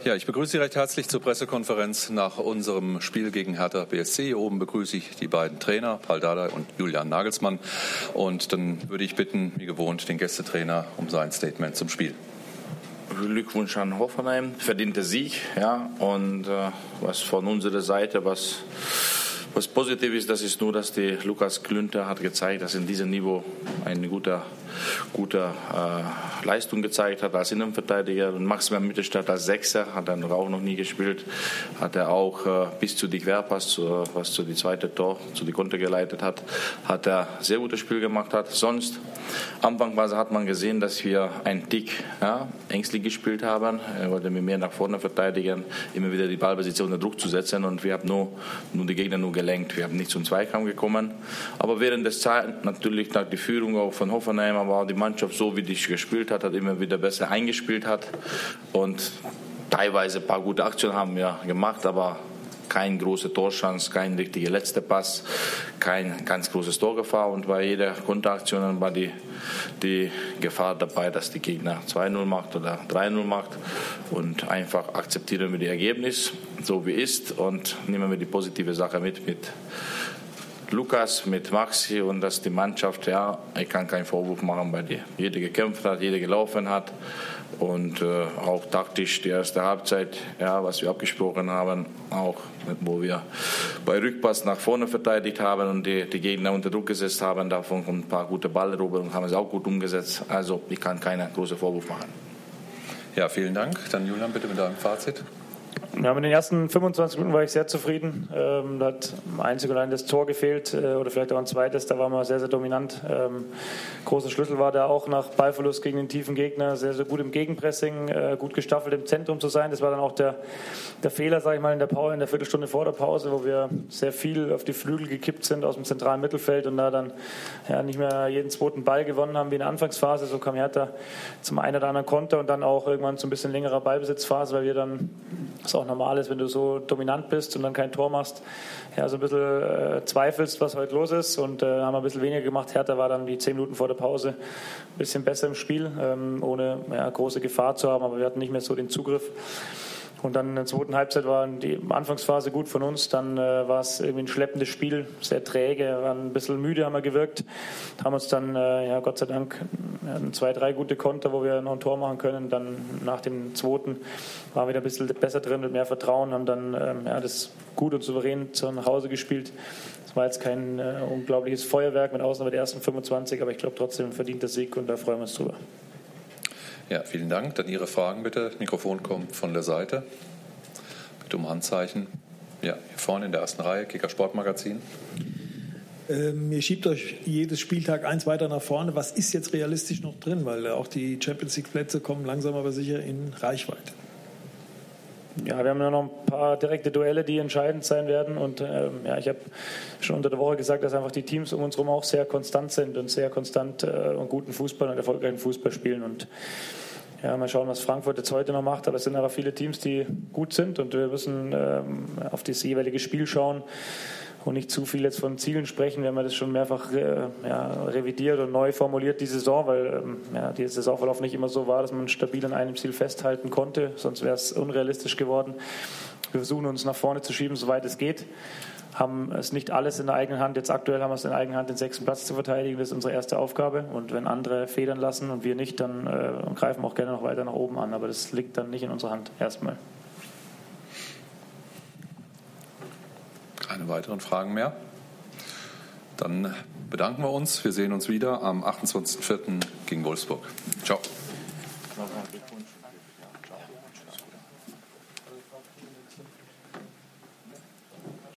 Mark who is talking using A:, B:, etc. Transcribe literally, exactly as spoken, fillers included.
A: Ja, ich begrüße Sie recht herzlich zur Pressekonferenz nach unserem Spiel gegen Hertha B S C. Hier oben begrüße ich die beiden Trainer, Paul Dardai und Julian Nagelsmann. Und dann würde ich bitten, wie gewohnt, den Gästetrainer um sein Statement zum Spiel.
B: Glückwunsch an Hoffenheim, verdienter Sieg, ja, und äh, was von unserer Seite, was, was positiv ist, das ist nur, dass die Lukas Klünter hat gezeigt, dass in diesem Niveau eine gute, gute äh, Leistung gezeigt hat als Innenverteidiger. Und Maximilian Mittelstadt als Sechser hat er auch noch nie gespielt, hat er auch äh, bis zu die Querpass, zu, was zu die zweite Tor, zu die Konter geleitet hat, hat er sehr gutes Spiel gemacht hat. Sonst Anfangsweise hat man gesehen, dass wir ein Tick ja, ängstlich gespielt haben. Er wollte mit mehr nach vorne verteidigen, immer wieder die Ballbesitz unter Druck zu setzen, und wir haben nur, nur die Gegner nur gelenkt. Wir haben nicht zum Zweikampf gekommen. Aber während der Zeit natürlich nach die Führung auch von Hoffenheim, aber auch die Mannschaft, so wie die gespielt hat, hat immer wieder besser eingespielt hat, und teilweise ein paar gute Aktionen haben wir gemacht, aber kein große Torchance, kein richtiger letzter Pass, kein ganz großes Torgefahr, und bei jeder Konteraktion war die, die Gefahr dabei, dass die Gegner zwei null macht oder drei null macht, und einfach akzeptieren wir das Ergebnis, so wie ist, und nehmen wir die positive Sache mit, mit Lukas, mit Maxi, und dass die Mannschaft, ja, ich kann keinen Vorwurf machen, weil die, jeder gekämpft hat, jeder gelaufen hat, und äh, auch taktisch die erste Halbzeit, ja, was wir abgesprochen haben, auch wo wir bei Rückpass nach vorne verteidigt haben und die, die Gegner unter Druck gesetzt haben, davon kommen ein paar gute Balleroberungen und haben es auch gut umgesetzt. Also ich kann keinen großen Vorwurf machen.
A: Ja, vielen Dank. Dann Julian, bitte mit deinem Fazit.
C: Ja, mit den ersten fünfundzwanzig Minuten war ich sehr zufrieden. Ähm, da hat einzig und allein das Tor gefehlt, äh, oder vielleicht auch ein zweites. Da waren wir sehr, sehr dominant. Ähm, großer Schlüssel war da auch nach Ballverlust gegen den tiefen Gegner sehr, sehr gut im Gegenpressing, äh, gut gestaffelt im Zentrum zu sein. Das war dann auch der, der Fehler, sage ich mal, in der Pause, in der Viertelstunde vor der Pause, wo wir sehr viel auf die Flügel gekippt sind aus dem zentralen Mittelfeld und da dann ja, nicht mehr jeden zweiten Ball gewonnen haben wie in der Anfangsphase. So kam Hertha zum einen oder anderen Konter und dann auch irgendwann zu ein bisschen längerer Ballbesitzphase, weil wir dann, das auch normal ist, wenn du so dominant bist und dann kein Tor machst, ja, so ein bisschen äh, zweifelst, was heute los ist, und äh, haben ein bisschen weniger gemacht. Hertha war dann die zehn Minuten vor der Pause ein bisschen besser im Spiel, ähm, ohne ja, große Gefahr zu haben, aber wir hatten nicht mehr so den Zugriff. Und dann in der zweiten Halbzeit war die Anfangsphase gut von uns, dann äh, war es irgendwie ein schleppendes Spiel, sehr träge, waren ein bisschen müde, haben wir gewirkt, haben uns dann, äh, ja Gott sei Dank, ja, zwei, drei gute Konter, wo wir noch ein Tor machen können, dann nach dem zweiten waren wir wieder ein bisschen besser drin, mit mehr Vertrauen, haben dann ähm, ja, das gut und souverän zu nach Hause gespielt. Das war jetzt kein äh, unglaubliches Feuerwerk mit Ausnahme der ersten fünfundzwanzig, aber ich glaube trotzdem ein verdienter Sieg, und da freuen wir uns drüber.
A: Ja, vielen Dank. Dann Ihre Fragen bitte. Das Mikrofon kommt von der Seite. Bitte um Handzeichen. Ja, hier vorne in der ersten Reihe, Kicker Sportmagazin.
D: Ähm, ihr schiebt euch jedes Spieltag eins weiter nach vorne. Was ist jetzt realistisch noch drin? Weil auch die Champions League Plätze kommen langsam aber sicher in Reichweite.
C: Ja, wir haben ja noch ein paar direkte Duelle, die entscheidend sein werden. Und ähm, ja, ich habe schon unter der Woche gesagt, dass einfach die Teams um uns herum auch sehr konstant sind und sehr konstant äh, und guten Fußball und erfolgreichen Fußball spielen. Und ja, mal schauen, was Frankfurt jetzt heute noch macht. Aber es sind aber viele Teams, die gut sind, und wir müssen ähm, auf das jeweilige Spiel schauen und nicht zu viel jetzt von Zielen sprechen. Wir haben das schon mehrfach äh, ja, revidiert und neu formuliert, die Saison, weil ähm, ja, die Saisonverlauf nicht immer so war, dass man stabil an einem Ziel festhalten konnte, sonst wäre es unrealistisch geworden. Wir versuchen uns nach vorne zu schieben, soweit es geht, haben es nicht alles in der eigenen Hand. Jetzt aktuell haben wir es in der eigenen Hand, den sechsten Platz zu verteidigen. Das ist unsere erste Aufgabe, und wenn andere federn lassen und wir nicht, dann äh, greifen wir auch gerne noch weiter nach oben an, aber das liegt dann nicht in unserer Hand erstmal.
A: Keine weiteren Fragen mehr. Dann bedanken wir uns. Wir sehen uns wieder am achtundzwanzigsten vierten gegen Wolfsburg. Ciao.